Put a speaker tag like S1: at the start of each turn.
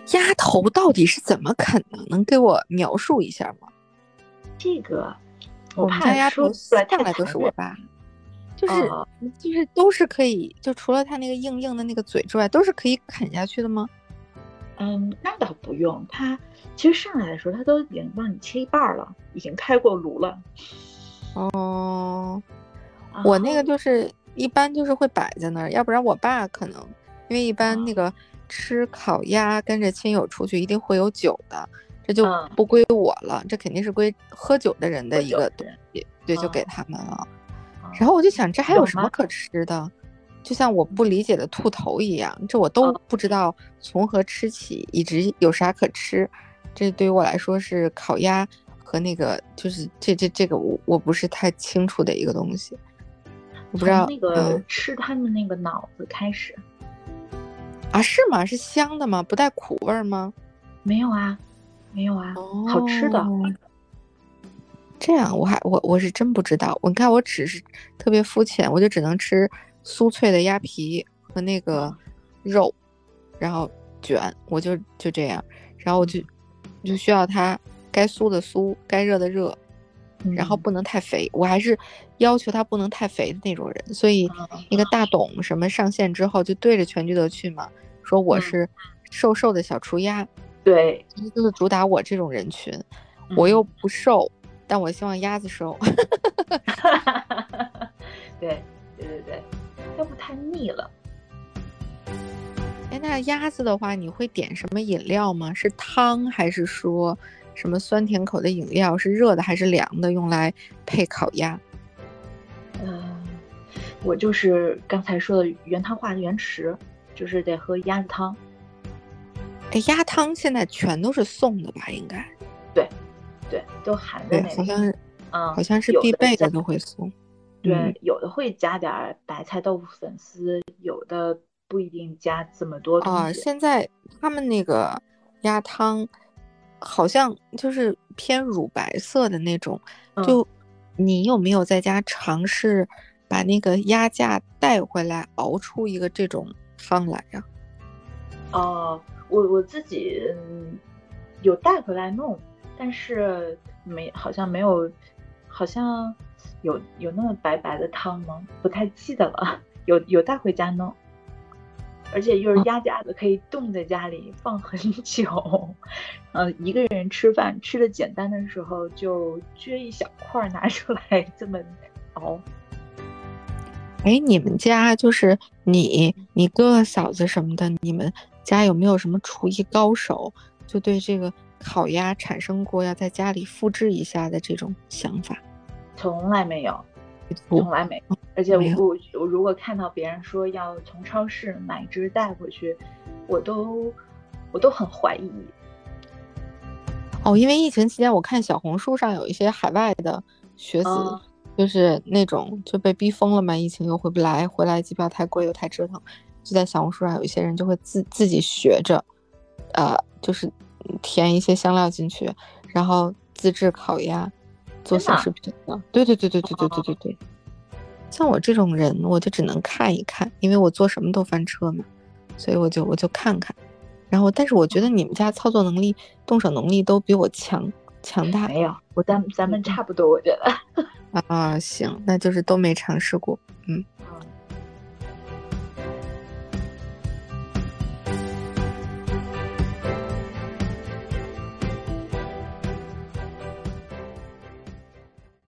S1: 鸭头到底是怎么啃的？能给我描述一下吗？
S2: 这个我
S1: 我们家
S2: 怕
S1: 鸭头
S2: 说出来
S1: 向来都
S2: 太残忍。
S1: 是我爸，就是
S2: 哦，
S1: 就是都是可以，就除了它那个硬硬的那个嘴之外，都是可以啃下去的吗？
S2: 嗯，那倒不用，它其实上来的时候，它都已经帮你切一半儿了，已经开过炉了。
S1: 哦，我那个
S2: 然后，
S1: 就是一般就是会摆在那儿，要不然我爸可能因为一般那
S2: 啊，
S1: 个吃烤鸭跟着亲友出去一定会有酒的，这就
S2: 嗯，
S1: 不归我了，这肯定是归喝酒的人的
S2: 喝
S1: 一个东
S2: 酒的人，
S1: 西，对，就给
S2: 啊
S1: 他们了。然
S2: 啊，
S1: 后我就想，这还有
S2: 有吗？
S1: 什么可吃的？就像我不
S2: 嗯，
S1: 理解的兔头一样，这我都
S2: 哦，
S1: 不知道从何吃起，以及有啥可吃。这对于我来说是烤鸭和那个，就是这个我不是太清楚的一个东西，我不知道。
S2: 从那个吃他们那个脑子开始。
S1: 啊，是吗？是香的吗？不带苦味儿吗？
S2: 没有啊，没有啊，好吃的。
S1: 哦，这样我是真不知道。我看我只是特别肤浅，我就只能吃酥脆的鸭皮和那个
S2: 啊，
S1: 肉，然后卷，我就这样，然后我就
S2: 嗯
S1: 就需要它该酥的酥，该热的热，然后
S2: 嗯
S1: 不能太肥，我还是要求它不能太肥的那种人。所以
S2: 啊，
S1: 那个大董什么上线之后，就对着全聚德去嘛，说我
S2: 嗯，
S1: 是瘦瘦的小厨鸭，
S2: 对，
S1: 就是主打我这种人群，我又
S2: 嗯，
S1: 不瘦，但我希望鸭子瘦。
S2: 对对对对，要不太腻了。
S1: 哎，那鸭子的话，你会点什么饮料吗？是汤还是说什么酸甜口的饮料？是热的还是凉的？用来配烤鸭？
S2: 嗯，我就是刚才说的原汤化原食，就是得喝鸭子汤。
S1: 哎，鸭汤现在全都是送的吧？应该
S2: 对对，都含在
S1: 对，
S2: 那里。嗯，
S1: 好像是
S2: 有的加，
S1: 必备的都会送。嗯。
S2: 对，有的会加点儿白菜豆腐粉丝，有的不一定加这么多东西。
S1: 现在他们那个鸭汤好像就是偏乳白色的那种，
S2: 嗯，
S1: 就你有没有在家尝试把那个鸭架带回来熬出一个这种汤来呀？
S2: 哦，我自己有带回来弄，但是好像没有，好像有那么白白的汤吗？不太记得了。有带回家弄，而且又是鸭架子，可以冻在家里放很久。一个人吃饭吃的简单的时候，就撅一小块儿拿出来这么熬。
S1: 哎，你们家就是你哥哥嫂子什么的，你们家有没有什么厨艺高手，就对这个烤鸭产生过要在家里复制一下的这种想法？
S2: 从来没有，
S1: 不，
S2: 从来没有。而且
S1: 没有。
S2: 我如果看到别人说要从超市买一只带回去，我都我都很怀疑。
S1: 哦，因为疫情期间，我看小红书上有一些海外的学子，
S2: 啊，
S1: 就是那种就被逼疯了嘛，疫情又回不来，回来机票太贵又太折腾，就在小红书上有一些人就会自己学着，就是填一些香料进去，然后自制烤鸭，做小视
S2: 真的啊。
S1: 频的。对对对对对对对对对，像我这种人，我就只能看一看，因为我做什么都翻车嘛，所以我就看看。然后，但是我觉得你们家操作能力、动手能力都比我强大。
S2: 没有，
S1: 我
S2: 咱们差不多，我觉得。
S1: 行，那就是都没尝试过。